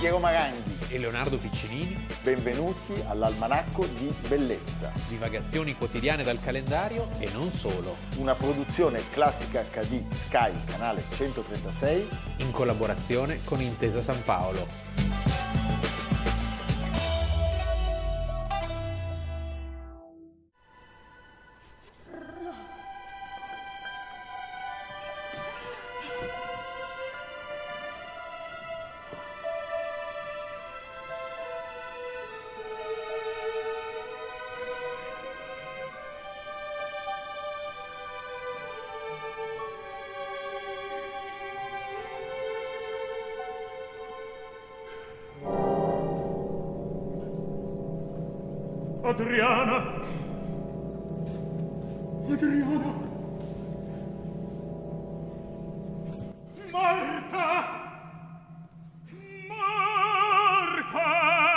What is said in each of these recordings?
Piero Maranghi e Leonardo Piccinini. Benvenuti all'Almanacco di Bellezza. Divagazioni quotidiane dal calendario e non solo. Una produzione Classica HD Sky, canale 136, in collaborazione con Intesa San Paolo. Adriana! Adriana! Marta! Marta!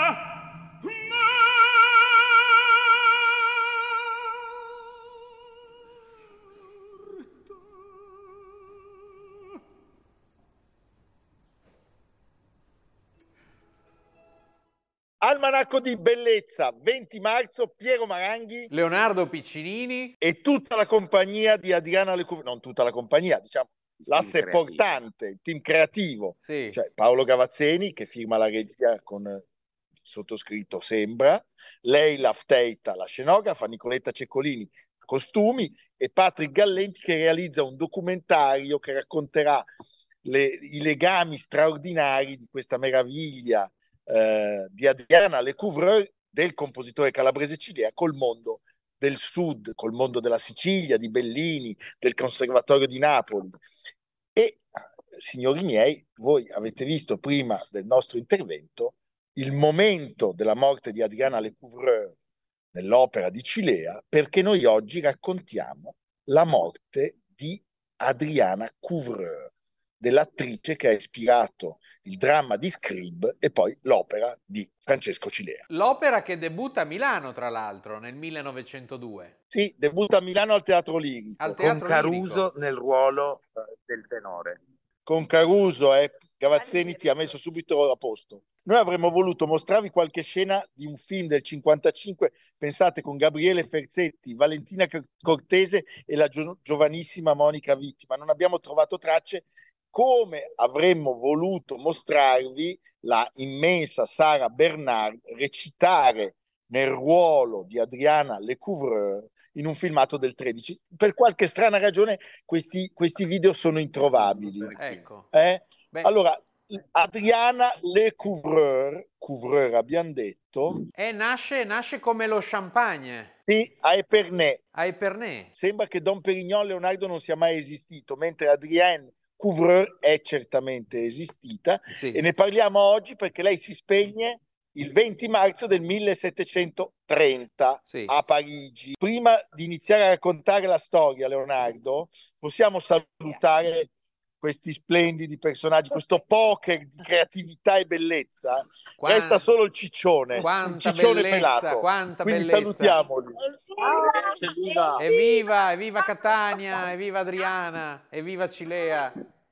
Almanacco di Bellezza, 20 marzo, Piero Maranghi, Leonardo Piccinini e tutta la compagnia di Adriana Lecouvreur, non tutta la compagnia, diciamo, l'asse portante, il team creativo, Sì. cioè Paolo Gavazzeni che firma la regia con il sottoscritto Sembra, lei Lafteita, la scenografa, Nicoletta Ceccolini, costumi, e Patrick Gallenti che realizza un documentario che racconterà i legami straordinari di questa meraviglia di Adriana Lecouvreur, del compositore calabrese Cilea, col mondo del sud, col mondo della Sicilia, di Bellini, del Conservatorio di Napoli. E, signori miei, voi avete visto prima del nostro intervento il momento della morte di Adriana Lecouvreur nell'opera di Cilea, perché noi oggi raccontiamo la morte di Adriana Couvreur, dell'attrice che ha ispirato il dramma di Scrib e poi l'opera di Francesco Cilea. L'opera che debutta a Milano, tra l'altro, nel 1902. Sì, debutta a Milano al Teatro Lirico. Al Teatro con Caruso Lirico. nel ruolo del tenore. Con Caruso, Gavazzeni ti ha messo subito a posto. Noi avremmo voluto mostrarvi qualche scena di un film del 55, pensate, con Gabriele Ferzetti, Valentina Cortese e la giovanissima Monica Vitti, ma non abbiamo trovato tracce, come avremmo voluto mostrarvi la immensa Sara Bernard recitare nel ruolo di Adriana Lecouvreur in un filmato del 13. Per qualche strana ragione questi video sono introvabili. Ecco. Allora, Adriana Lecouvreur, Couvreur abbiamo detto, nasce come lo champagne. sì, a Épernay. A Épernay. Sembra che Dom Pérignon Leonardo non sia mai esistito, mentre Adrienne Couvreur è certamente esistita, Sì. e ne parliamo oggi perché lei si spegne il 20 marzo del 1730 Sì. a Parigi. Prima di iniziare a raccontare la storia, Leonardo, possiamo salutare questi splendidi personaggi, questo poker di creatività e bellezza. Resta solo il ciccione, il ciccione bellezza, pelato. quanta Quindi bellezza. salutiamoli. Evviva Catania, evviva Adriana, evviva Cilea.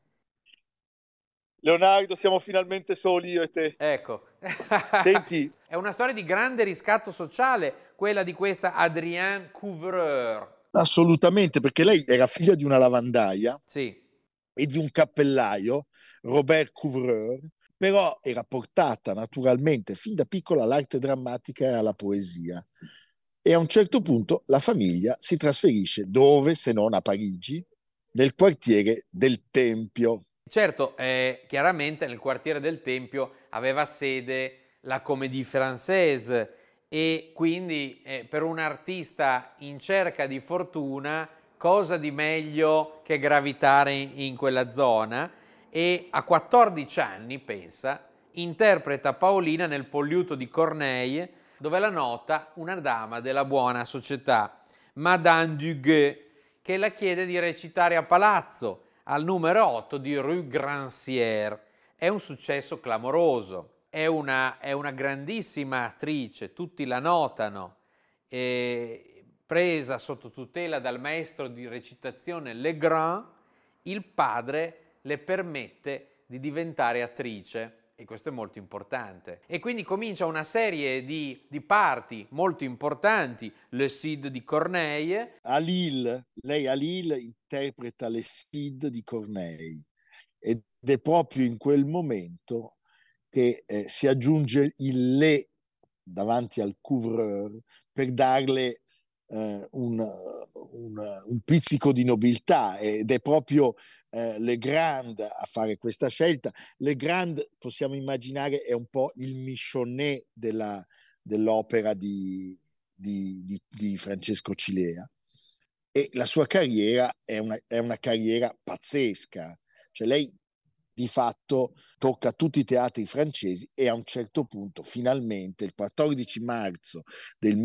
Leonardo, siamo finalmente soli io e te. Ecco. Senti, è una storia di grande riscatto sociale, quella di questa Adrienne Couvreur. assolutamente, perché lei era figlia di una lavandaia, sì, e di un cappellaio, Robert Couvreur, però era portata naturalmente fin da piccola all'arte drammatica e alla poesia. E a un certo punto la famiglia si trasferisce dove, se non a Parigi, nel quartiere del Tempio. Certo, chiaramente nel quartiere del Tempio aveva sede la Comédie Française e quindi per un artista in cerca di fortuna cosa di meglio che gravitare in quella zona, e a 14 anni, pensa, interpreta Paolina nel Poliuto di Corneille, dove la nota una dama della buona società, Madame Duguay, che la chiede di recitare a palazzo al numero 8 di Rue Grancière. È un successo clamoroso, è una grandissima attrice, tutti la notano, presa sotto tutela dal maestro di recitazione Legrand. Il padre le permette di diventare attrice E questo è molto importante. E quindi comincia una serie di parti molto importanti, Le Cid di Corneille. Lei a Lille interpreta le Cid di Corneille ed è proprio in quel momento che si aggiunge il le davanti al couvreur per darle un pizzico di nobiltà, ed è proprio Legrand a fare questa scelta. Legrand, possiamo immaginare, è un po' il Michonnet dell'opera di Francesco Cilea, e la sua carriera è una carriera pazzesca, cioè lei di fatto tocca tutti i teatri francesi e a un certo punto, finalmente, il 14 marzo del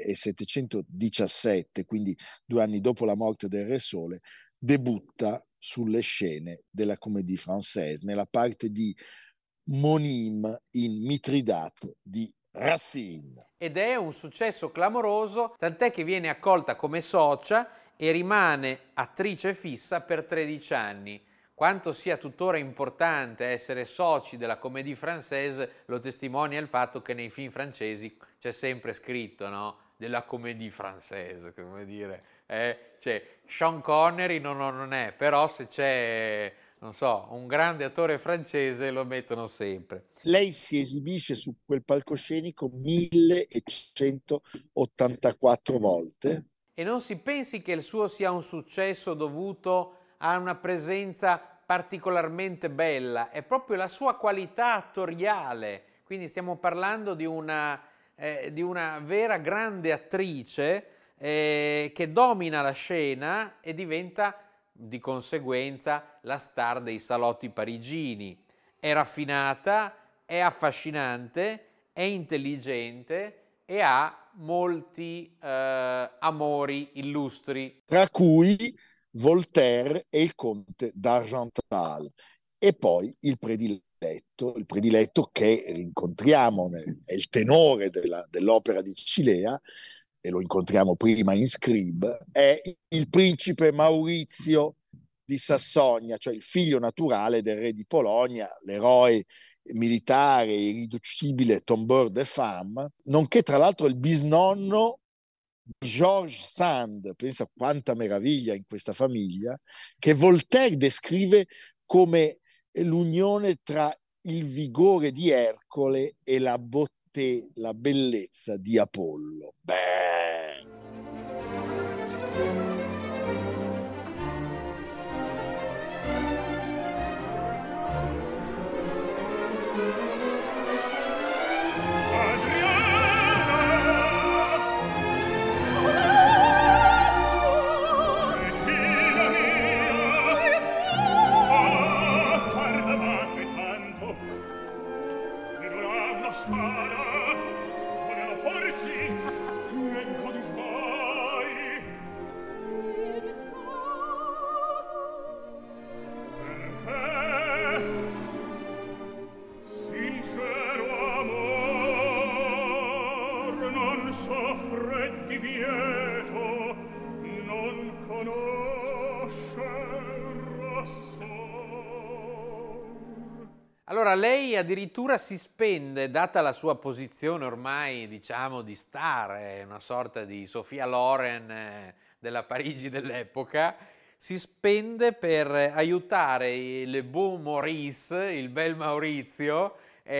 1717, quindi 2 anni dopo la morte del Re Sole, debutta sulle scene della Comédie Française nella parte di Monime in Mithridate di Racine. Ed è un successo clamoroso, tant'è che viene accolta come socia e rimane attrice fissa per 13 anni. Quanto sia tuttora importante essere soci della Comédie Française lo testimonia il fatto che nei film francesi c'è sempre scritto, no? Della Comédie Française, come dire. Cioè, Sean Connery non è, però se c'è, non so, un grande attore francese lo mettono sempre. Lei si esibisce su quel palcoscenico 1184 volte. E non si pensi che il suo sia un successo dovuto a una presenza particolarmente bella, è proprio la sua qualità attoriale. Quindi stiamo parlando di una vera grande attrice che domina la scena e diventa di conseguenza la star dei salotti parigini. È raffinata, è affascinante, è intelligente e ha molti amori illustri. Tra cui Voltaire e il conte d'Argental, e poi il prediletto che rincontriamo, è il tenore dell'opera di Cilea, e lo incontriamo prima in Scribe, è il principe Maurizio di Sassonia, cioè il figlio naturale del re di Polonia, l'eroe militare irriducibile Tombeur de Femme, nonché tra l'altro il bisnonno di Georges Sand. Pensa quanta meraviglia in questa famiglia, che Voltaire descrive come l'unione tra il vigore di Ercole e la bellezza di Apollo. Beh. Allora, lei addirittura si spende, data la sua posizione ormai, diciamo, di star, è una sorta di Sofia Loren della Parigi dell'epoca, si spende per aiutare le Beau Maurice, il bel Maurizio,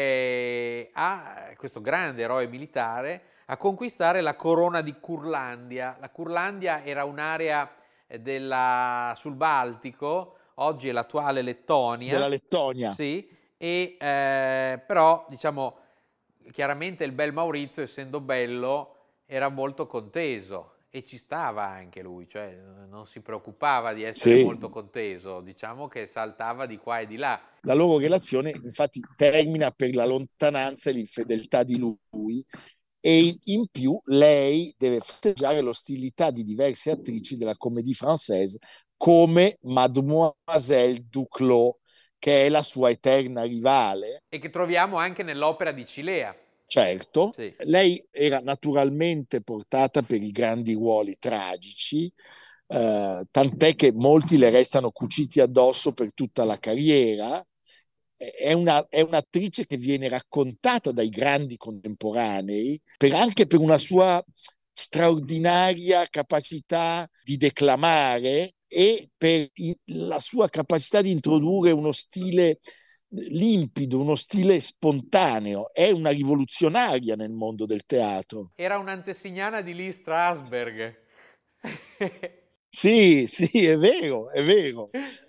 questo grande eroe militare, a conquistare la corona di Curlandia. La Curlandia era un'area sul Baltico, oggi è l'attuale Lettonia. Della Lettonia. Sì. Però diciamo chiaramente il bel Maurizio, essendo bello, era molto conteso e ci stava anche lui, cioè non si preoccupava di essere molto conteso, diciamo che saltava di qua e di là. La loro relazione infatti termina per la lontananza e l'infedeltà di lui, e in più lei deve fronteggiare l'ostilità di diverse attrici della Comédie Française come Mademoiselle Duclos, che è la sua eterna rivale. E che troviamo anche nell'opera di Cilea. Certo, sì. Lei era naturalmente portata per i grandi ruoli tragici, tant'è che molti le restano cuciti addosso per tutta la carriera, è un'attrice che viene raccontata dai grandi contemporanei anche per una sua straordinaria capacità di declamare e per la sua capacità di introdurre uno stile limpido, uno stile spontaneo. È una rivoluzionaria nel mondo del teatro. Era un'antesignana di Lee Strasberg. Sì, sì, è vero, è vero.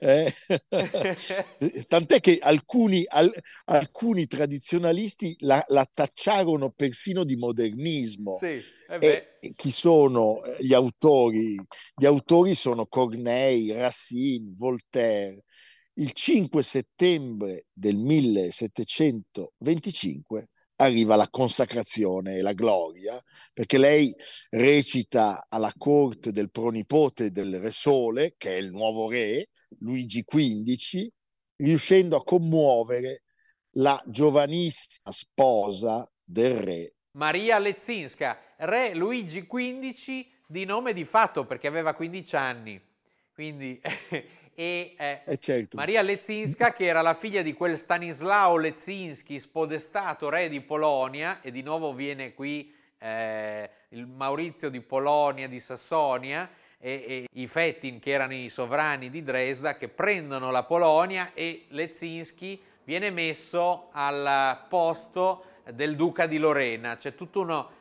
Tant'è che alcuni tradizionalisti la tacciarono persino di modernismo. Sì, E chi sono gli autori? Gli autori sono Corneille, Racine, Voltaire. Il 5 settembre del 1725 arriva la consacrazione e la gloria, perché lei recita alla corte del pronipote del Re Sole, che è il nuovo re, Luigi XV, riuscendo a commuovere la giovanissima sposa del re. Maria Leczinska, re Luigi XV di nome di fatto perché aveva 15 anni. Quindi, certo. Maria Leczinska, che era la figlia di quel Stanislao Leczinski, spodestato re di Polonia, e di nuovo viene qui il Maurizio di Polonia, di Sassonia, e i Fettin, che erano i sovrani di Dresda, che prendono la Polonia, e Leczinski viene messo al posto del duca di Lorena. C'è tutto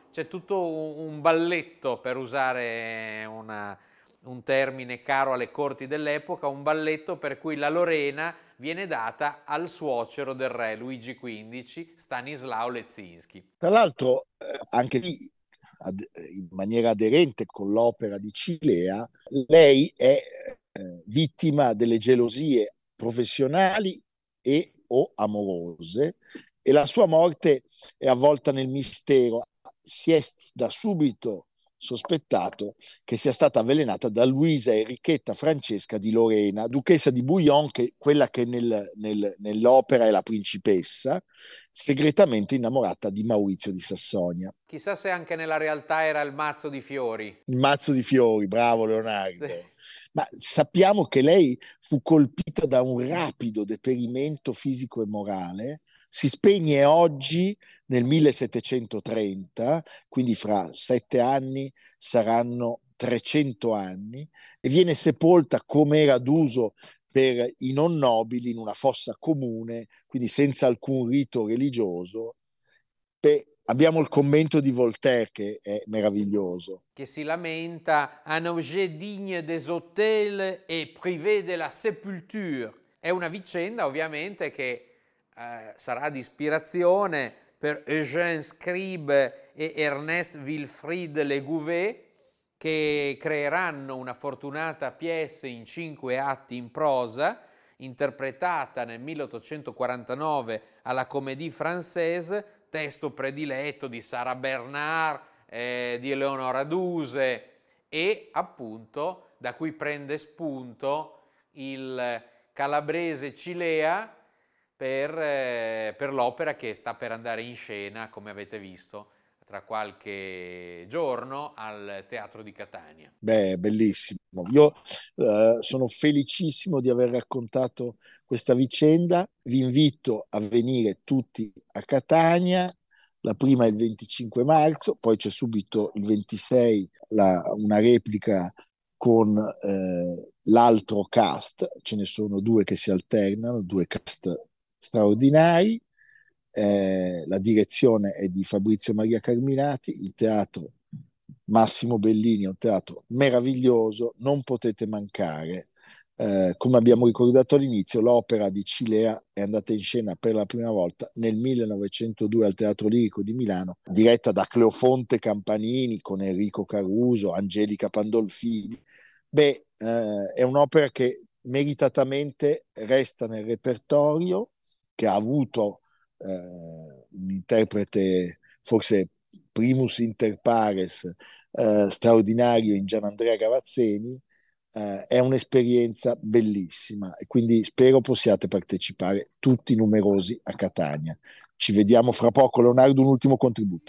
un balletto, per usare un termine caro alle corti dell'epoca, un balletto per cui la Lorena viene data al suocero del re Luigi XV, Stanislao Leczinski. Tra l'altro, anche lì, in maniera aderente con l'opera di Cilea, lei è vittima delle gelosie professionali e o amorose, e la sua morte è avvolta nel mistero. Si è da subito sospettato che sia stata avvelenata da Luisa Enrichetta Francesca di Lorena, duchessa di Bouillon, quella che nell'opera è la principessa, segretamente innamorata di Maurizio di Sassonia. Chissà se anche nella realtà era il mazzo di fiori. Il mazzo di fiori, bravo Leonardo. Sì. Ma sappiamo che lei fu colpita da un rapido deperimento fisico e morale. Si spegne oggi nel 1730, quindi fra 7 anni saranno 300 anni, e viene sepolta come era d'uso per i non nobili in una fossa comune, quindi senza alcun rito religioso. Abbiamo il commento di Voltaire che è meraviglioso. Che si lamenta: un objet digne des hôtels et privé de la sépulture. È una vicenda ovviamente che sarà di ispirazione per Eugène Scribe e Ernest Wilfrid Legouvé, che creeranno una fortunata pièce in 5 atti in prosa, interpretata nel 1849 alla Comédie Française, testo prediletto di Sarah Bernard, di Eleonora Duse, e appunto da cui prende spunto il calabrese Cilea per l'opera che sta per andare in scena, come avete visto, tra qualche giorno al Teatro di Catania. Beh, bellissimo. Io sono felicissimo di aver raccontato questa vicenda. Vi invito a venire tutti a Catania. La prima è il 25 marzo, poi c'è subito il 26 una replica con l'altro cast. Ce ne sono 2 che si alternano, 2 cast straordinari. La direzione è di Fabrizio Maria Carminati, il teatro Massimo Bellini è un teatro meraviglioso, non potete mancare. Come abbiamo ricordato all'inizio, l'opera di Cilea è andata in scena per la prima volta nel 1902 al Teatro Lirico di Milano, diretta da Cleofonte Campanini con Enrico Caruso, Angelica Pandolfini. È un'opera che meritatamente resta nel repertorio, che ha avuto un interprete forse primus inter pares straordinario in Gianandrea Gavazzeni. È un'esperienza bellissima e quindi spero possiate partecipare tutti numerosi a Catania. Ci vediamo fra poco. Leonardo, un ultimo contributo.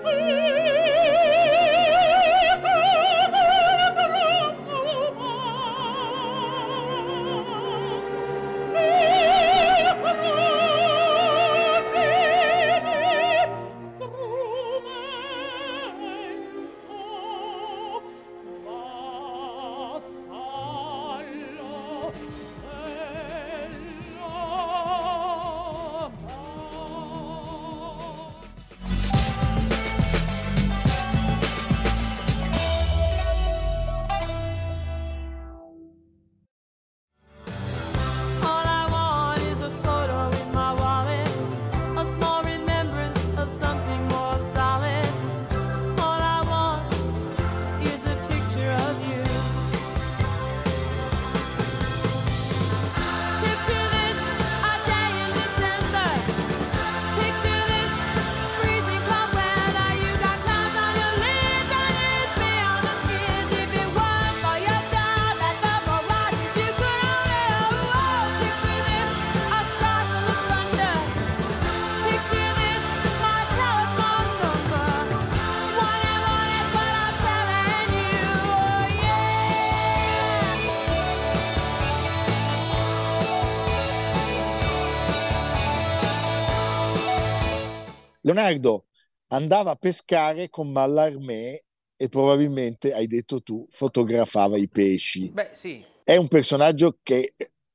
Leonardo andava a pescare con Mallarmé e probabilmente, hai detto tu, fotografava i pesci. Beh, sì. È un personaggio che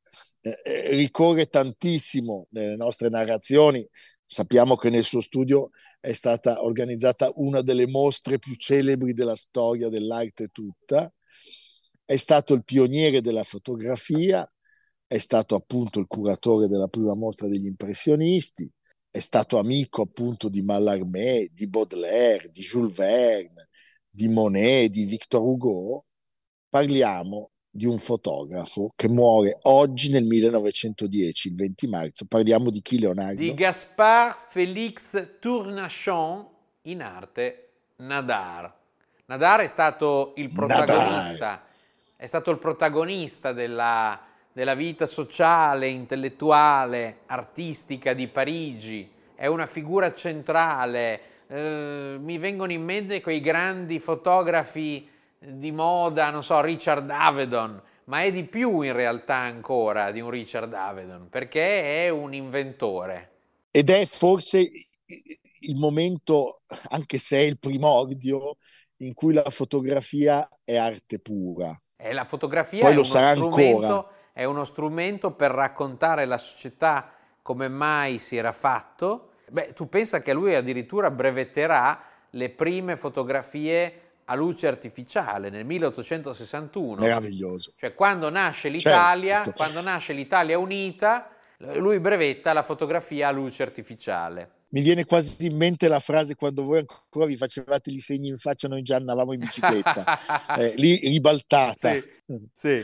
ricorre tantissimo nelle nostre narrazioni. Sappiamo che nel suo studio è stata organizzata una delle mostre più celebri della storia dell'arte tutta. È stato il pioniere della fotografia, è stato appunto il curatore della prima mostra degli impressionisti, è stato amico appunto di Mallarmé, di Baudelaire, di Jules Verne, di Monet, di Victor Hugo. Parliamo di un fotografo che muore oggi nel 1910, il 20 marzo. Parliamo di chi, Leonardo? Di Gaspard Félix Tournachon, in arte Nadar. Nadar è stato il protagonista, è stato il protagonista della vita sociale, intellettuale, artistica di Parigi. È una figura centrale. Mi vengono in mente quei grandi fotografi di moda, non so, Richard Avedon, ma è di più in realtà ancora di un Richard Avedon, perché è un inventore. Ed è forse il momento, anche se è il primordio, in cui la fotografia è arte pura. E la fotografia Poi è lo sarà ancora. È uno strumento per raccontare la società come mai si era fatto. Beh, tu pensa che lui addirittura brevetterà le prime fotografie a luce artificiale nel 1861. Meraviglioso. Cioè quando nasce l'Italia, Certo. quando nasce l'Italia unita, lui brevetta la fotografia a luce artificiale. Mi viene quasi in mente la frase quando voi ancora vi facevate gli segni in faccia, noi già andavamo in bicicletta, lì ribaltata. Sì.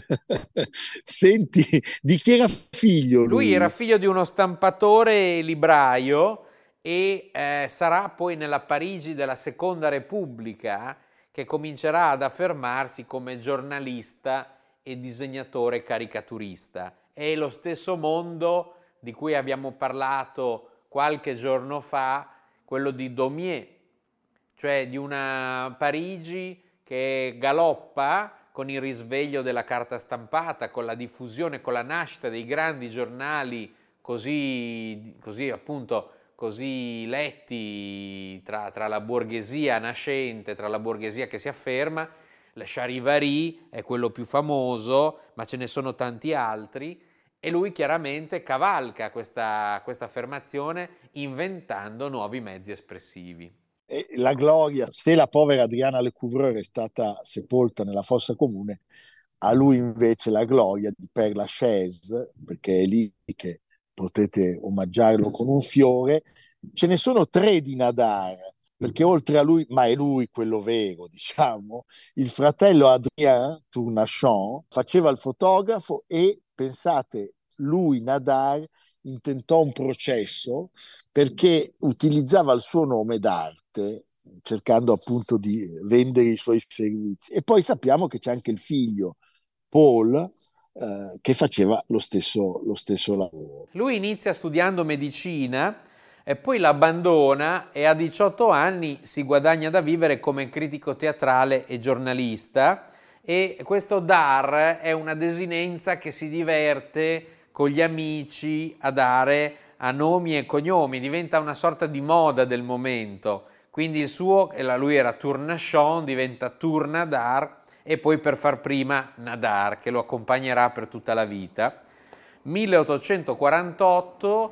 Senti, di chi era figlio lui? Lui era figlio di uno stampatore libraio e sarà poi nella Parigi della Seconda Repubblica che comincerà ad affermarsi come giornalista e disegnatore caricaturista. È lo stesso mondo di cui abbiamo parlato qualche giorno fa, quello di Daumier, cioè di una Parigi che galoppa con il risveglio della carta stampata, con la diffusione, con la nascita dei grandi giornali così appunto così letti tra la borghesia nascente, tra la borghesia che si afferma. La Charivari è quello più famoso, ma ce ne sono tanti altri, e lui chiaramente cavalca questa affermazione inventando nuovi mezzi espressivi. E la gloria, se la povera Adriana Lecouvreur è stata sepolta nella fossa comune, a lui invece la gloria di Père Lachaise, perché è lì che potete omaggiarlo con un fiore. Ce ne sono 3 di Nadar, perché oltre a lui, ma è lui quello vero, diciamo, il fratello Adrien Tournachon faceva il fotografo e, pensate, lui, Nadar, intentò un processo perché utilizzava il suo nome d'arte cercando appunto di vendere i suoi servizi. E poi sappiamo che c'è anche il figlio, Paul, che faceva lo stesso lavoro. Lui inizia studiando medicina, e poi l'abbandona e a 18 anni si guadagna da vivere come critico teatrale e giornalista, e questo Dar è una desinenza che si diverte con gli amici a dare a nomi e cognomi, diventa una sorta di moda del momento. Quindi il suo, lui era Tournachon, diventa Tournadar, e poi per far prima Nadar, che lo accompagnerà per tutta la vita. 1848,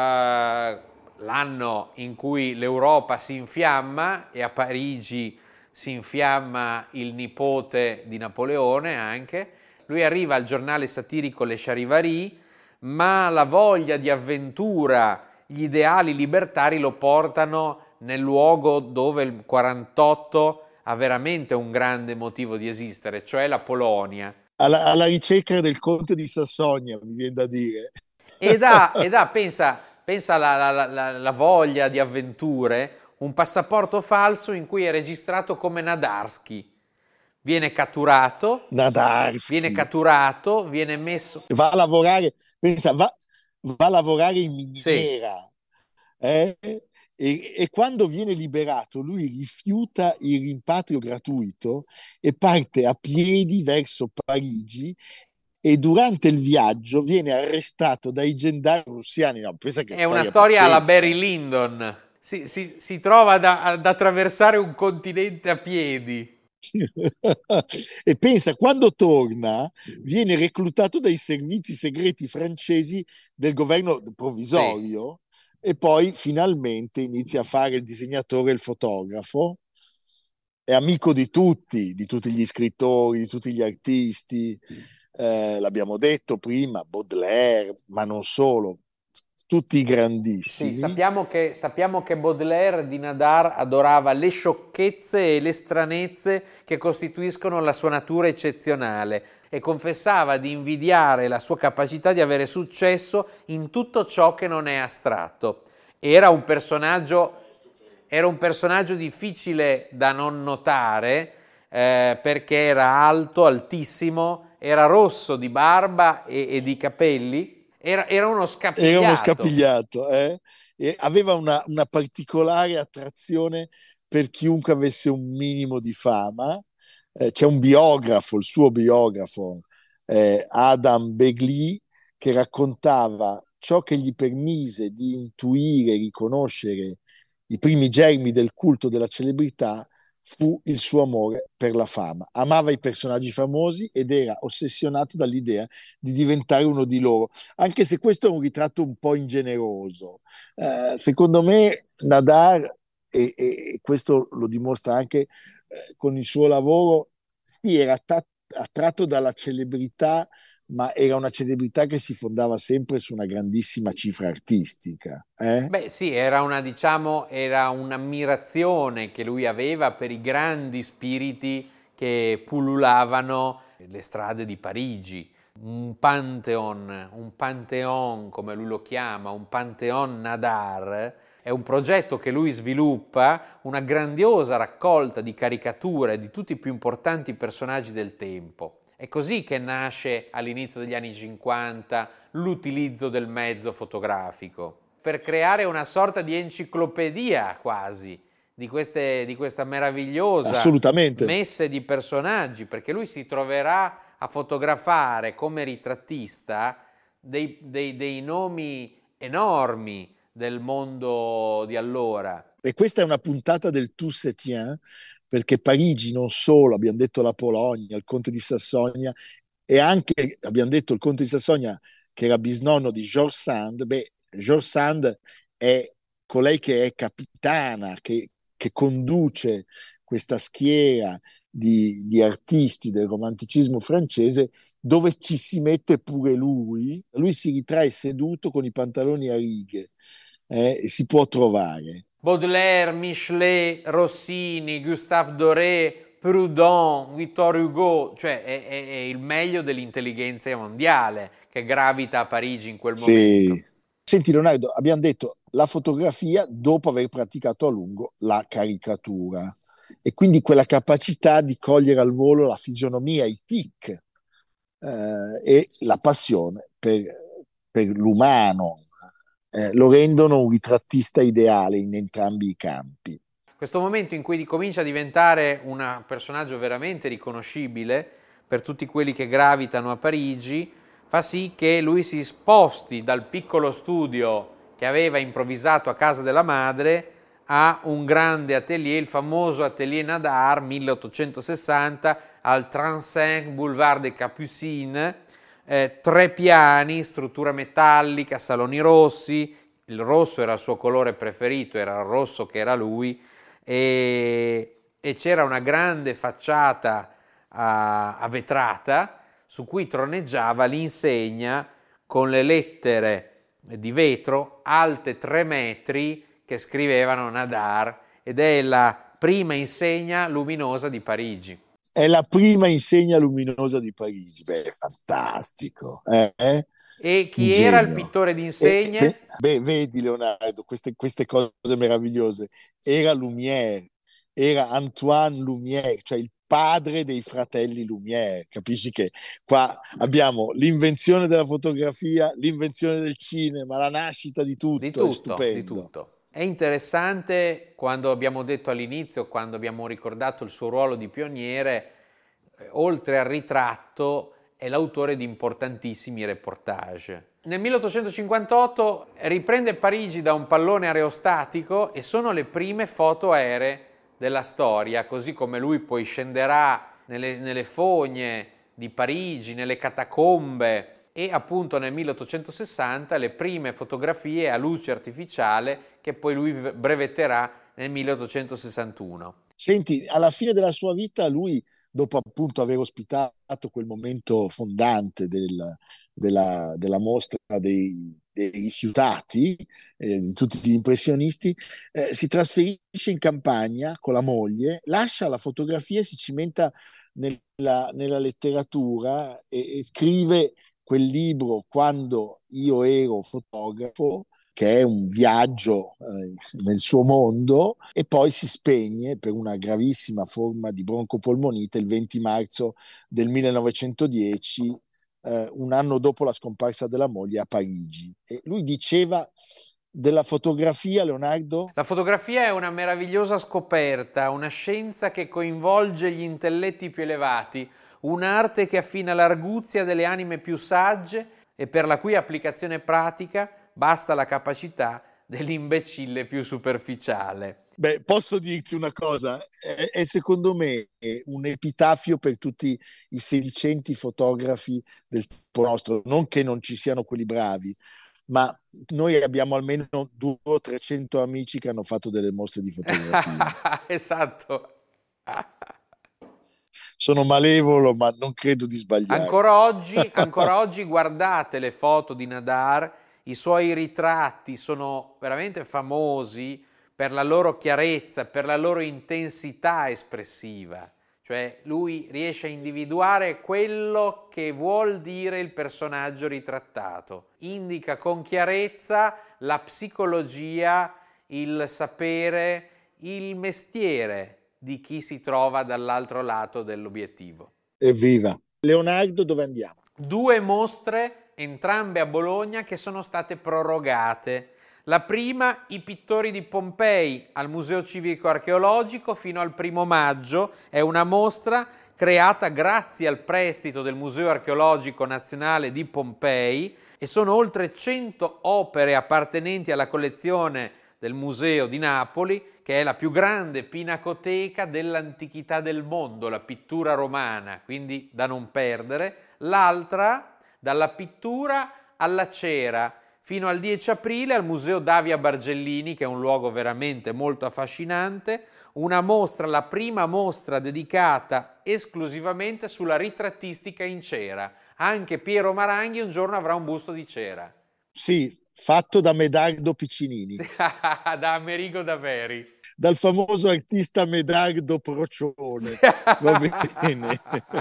l'anno in cui l'Europa si infiamma e a Parigi si infiamma il nipote di Napoleone anche. Lui arriva al giornale satirico Le Charivari, ma la voglia di avventura, gli ideali libertari lo portano nel luogo dove il 48 ha veramente un grande motivo di esistere, cioè la Polonia. Alla ricerca del conte di Sassonia, mi viene da dire. Pensa alla voglia di avventure, un passaporto falso in cui è registrato come Nadarsky. Viene catturato, Nadarsky. viene messo... Va a lavorare, pensa, va a lavorare in Sì, miniera. E quando viene liberato, lui rifiuta il rimpatrio gratuito e parte a piedi verso Parigi, e durante il viaggio viene arrestato dai gendarmi russiani. No, pensa che è una storia storia alla Barry pazzesca. Lyndon. Si trova ad attraversare un continente a piedi. E pensa, quando torna, viene reclutato dai servizi segreti francesi del governo Sì. provvisorio, e poi finalmente inizia a fare il disegnatore e il fotografo. È amico di tutti gli scrittori, di tutti gli artisti. L'abbiamo detto prima, Baudelaire, ma non solo, tutti Sì, grandissimi. sappiamo che Baudelaire di Nadar adorava le sciocchezze e le stranezze che costituiscono la sua natura eccezionale, e confessava di invidiare la sua capacità di avere successo in tutto ciò che non è astratto. Era un personaggio difficile da non notare, perché era alto, altissimo, era rosso di barba e di capelli. Era uno Era uno scapigliato. scapigliato, eh? E aveva una particolare attrazione per chiunque avesse un minimo di fama. C'è un biografo, il suo biografo, Adam Begli, che raccontava ciò che gli permise di intuire, riconoscere i primi germi del culto della celebrità fu il suo amore per la fama. Amava i personaggi famosi ed era ossessionato dall'idea di diventare uno di loro, anche se questo è un ritratto un po' ingeneroso. Secondo me Nadar, e questo lo dimostra anche con il suo lavoro, sì, era attratto dalla celebrità, ma era una celebrità che si fondava sempre su una grandissima cifra artistica. Beh, sì, era un'ammirazione che lui aveva per i grandi spiriti che pullulavano le strade di Parigi. Un pantheon come lui lo chiama, un pantheon Nadar, è un progetto che lui sviluppa, una grandiosa raccolta di caricature di tutti i più importanti personaggi del tempo. È così che nasce all'inizio degli anni 50 l'utilizzo del mezzo fotografico, per creare una sorta di enciclopedia quasi di questa meravigliosa Assolutamente. messe di personaggi, perché lui si troverà a fotografare come ritrattista dei nomi enormi del mondo di allora. E questa è una puntata del Tout se tient, perché Parigi non solo, abbiamo detto la Polonia, il conte di Sassonia, e anche, abbiamo detto, il conte di Sassonia, che era bisnonno di George Sand. Beh, George Sand è colei che è capitana, che conduce questa schiera di artisti del romanticismo francese, dove ci si mette pure lui. Lui si ritrae seduto con i pantaloni a righe, e si può trovare. Baudelaire, Michelet, Rossini, Gustave Doré, Proudhon, Victor Hugo, cioè è il meglio dell'intelligenza mondiale che gravita a Parigi in quel momento. Sì. Senti Leonardo, abbiamo detto la fotografia dopo aver praticato a lungo la caricatura, e quindi quella capacità di cogliere al volo la fisionomia, i tic, e la passione per l'umano. lo rendono un ritrattista ideale in entrambi i campi. Questo momento in cui comincia a diventare un personaggio veramente riconoscibile per tutti quelli che gravitano a Parigi fa sì che lui si sposti dal piccolo studio che aveva improvvisato a casa della madre a un grande atelier, il famoso Atelier Nadar 1860 al 35 Boulevard des Capucines, 3 piani, struttura metallica, saloni rossi, il rosso era il suo colore preferito, era il rosso che era lui, e c'era una grande facciata a vetrata su cui troneggiava l'insegna con le lettere di vetro alte 3 metri che scrivevano Nadar, ed è la prima insegna luminosa di Parigi. È la prima insegna luminosa di Parigi. Beh, è fantastico. E chi Un era il genio. pittore di insegne? Vedi Leonardo, queste cose meravigliose. Era Lumière, era Antoine Lumière, cioè il padre dei fratelli Lumière. Capisci che qua abbiamo l'invenzione della fotografia, l'invenzione del cinema, la nascita di tutto, è Di stupendo. tutto. È interessante, quando abbiamo detto all'inizio, quando abbiamo ricordato il suo ruolo di pioniere, oltre al ritratto è l'autore di importantissimi reportage. Nel 1858 riprende Parigi da un pallone aerostatico e sono le prime foto aeree della storia, così come lui poi scenderà nelle fogne di Parigi, nelle catacombe, e appunto nel 1860 le prime fotografie a luce artificiale che poi lui brevetterà nel 1861. Senti, alla fine della sua vita lui, dopo appunto aver ospitato quel momento fondante della mostra dei rifiutati, di tutti gli impressionisti, si trasferisce in campagna con la moglie, lascia la fotografia e si cimenta nella letteratura e scrive quel libro Quando io ero fotografo, che è un viaggio nel suo mondo, e poi si spegne per una gravissima forma di broncopolmonite il 20 marzo del 1910, un anno dopo la scomparsa della moglie a Parigi. E lui diceva della fotografia, Leonardo? La fotografia è una meravigliosa scoperta, una scienza che coinvolge gli intelletti più elevati, un'arte che affina l'arguzia delle anime più sagge e per la cui applicazione pratica basta la capacità dell'imbecille più superficiale. Beh, posso dirti una cosa, è secondo me un epitafio per tutti i sedicenti fotografi del tempo nostro, non che non ci siano quelli bravi, ma noi abbiamo almeno 200 o 300 amici che hanno fatto delle mostre di fotografia. Esatto. Sono malevolo, ma non credo di sbagliare. Ancora oggi guardate le foto di Nadar, i suoi ritratti sono veramente famosi per la loro chiarezza, per la loro intensità espressiva. Cioè lui riesce a individuare quello che vuol dire il personaggio ritrattato. Indica con chiarezza la psicologia, il sapere, il mestiere di chi si trova dall'altro lato dell'obiettivo. Evviva! Leonardo, dove andiamo? 2 mostre, entrambe a Bologna, che sono state prorogate. La prima, i pittori di Pompei al Museo Civico Archeologico fino al 1° maggio. È una mostra creata grazie al prestito del Museo Archeologico Nazionale di Pompei e sono oltre 100 opere appartenenti alla collezione del Museo di Napoli, che è la più grande pinacoteca dell'antichità del mondo, la pittura romana, quindi da non perdere. L'altra, dalla pittura alla cera, fino al 10 aprile al Museo Davia Bargellini, che è un luogo veramente molto affascinante, una mostra, la prima mostra dedicata esclusivamente sulla ritrattistica in cera. Anche Piero Maranghi un giorno avrà un busto di cera. Sì, fatto da Medardo Piccinini. Da Amerigo Daveri. Dal famoso artista Medardo Procione. Va bene.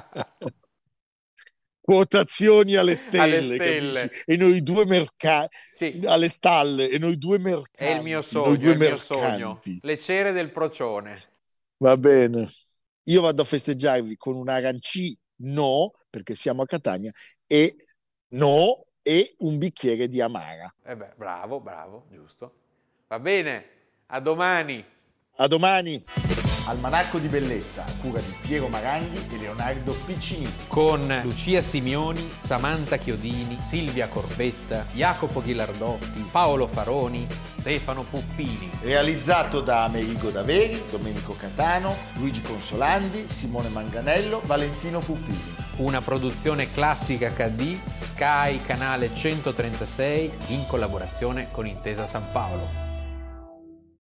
Quotazioni alle stelle, capisci? E noi 2 mercanti, sì, alle stalle, e noi 2 mercanti. È il mio sogno, noi 2 è il mio sogno. mercanti. Le cere del Procione. Va bene. Io vado a festeggiarvi con un arancino, perché siamo a Catania, e no, e un bicchiere di amara. Bravo, giusto. Va bene, a domani. A domani. Almanacco di bellezza a cura di Piero Maranghi e Leonardo Piccini. Con Lucia Simioni, Samantha Chiodini, Silvia Corbetta, Jacopo Ghilardotti, Paolo Faroni, Stefano Puppini. Realizzato da Amerigo Daveri, Domenico Catano, Luigi Consolandi, Simone Manganello, Valentino Puppini. Una produzione Classica HD, Sky Canale 136 in collaborazione con Intesa San Paolo.